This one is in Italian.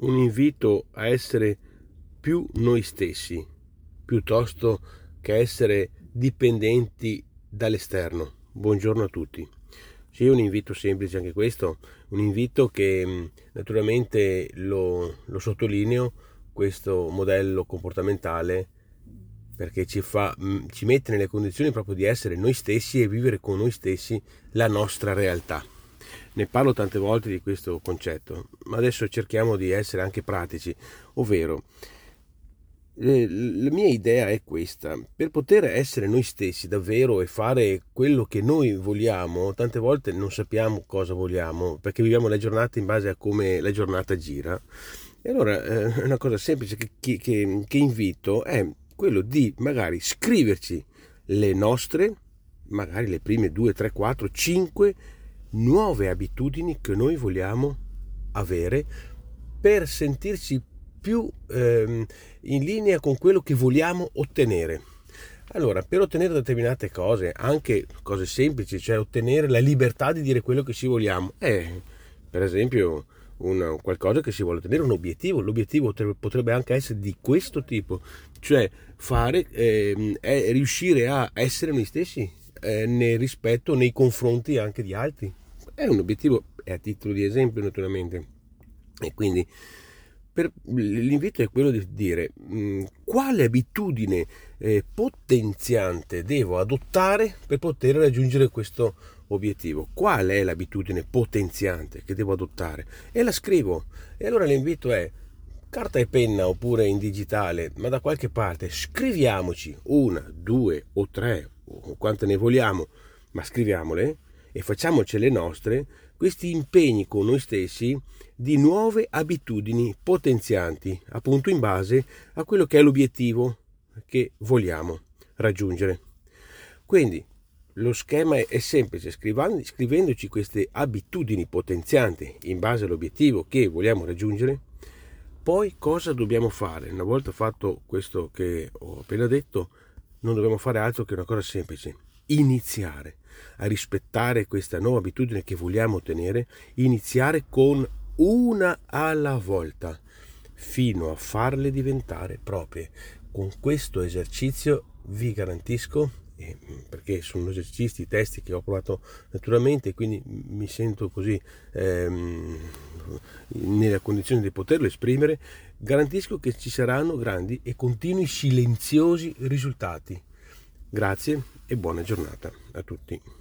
un invito a essere più noi stessi, piuttosto che essere dipendenti dall'esterno. Buongiorno a tutti. Sì, un invito semplice anche questo, un invito che naturalmente lo sottolineo, questo modello comportamentale, perché ci mette nelle condizioni proprio di essere noi stessi e vivere con noi stessi la nostra realtà. Ne parlo tante volte di questo concetto, ma adesso cerchiamo di essere anche pratici, ovvero la mia idea è questa: per poter essere noi stessi davvero e fare quello che noi vogliamo, tante volte non sappiamo cosa vogliamo, perché viviamo la giornata in base a come la giornata gira. E allora una cosa semplice che invito è quello di magari scriverci le nostre, magari le prime 2, 3, 4, 5 nuove abitudini che noi vogliamo avere per sentirci più in linea con quello che vogliamo ottenere. Allora, per ottenere determinate cose, anche cose semplici, cioè ottenere la libertà di dire quello che ci vogliamo, per esempio qualcosa che si vuole ottenere, un obiettivo. L'obiettivo potrebbe anche essere di questo tipo, cioè è riuscire a essere noi stessi nel rispetto nei confronti anche di altri. È un obiettivo, è a titolo di esempio naturalmente. E quindi l'invito è quello di dire quale abitudine potenziante devo adottare per poter raggiungere questo obiettivo. Qual è l'abitudine potenziante che devo adottare? E la scrivo. E allora l'invito è carta e penna oppure in digitale, ma da qualche parte scriviamoci una, due o tre o quante ne vogliamo, ma scriviamole e facciamocele nostre questi impegni con noi stessi di nuove abitudini potenzianti, appunto in base a quello che è l'obiettivo che vogliamo raggiungere. Quindi lo schema è semplice: scrivendoci queste abitudini potenzianti in base all'obiettivo che vogliamo raggiungere. Poi cosa dobbiamo fare? Una volta fatto questo che ho appena detto, non dobbiamo fare altro che una cosa semplice: iniziare a rispettare questa nuova abitudine che vogliamo ottenere, iniziare con una alla volta fino a farle diventare proprie. Con questo esercizio vi garantisco, perché sono esercizi, testi che ho provato naturalmente, quindi mi sento così nella condizione di poterlo esprimere, garantisco che ci saranno grandi e continui silenziosi risultati. Grazie e buona giornata a tutti.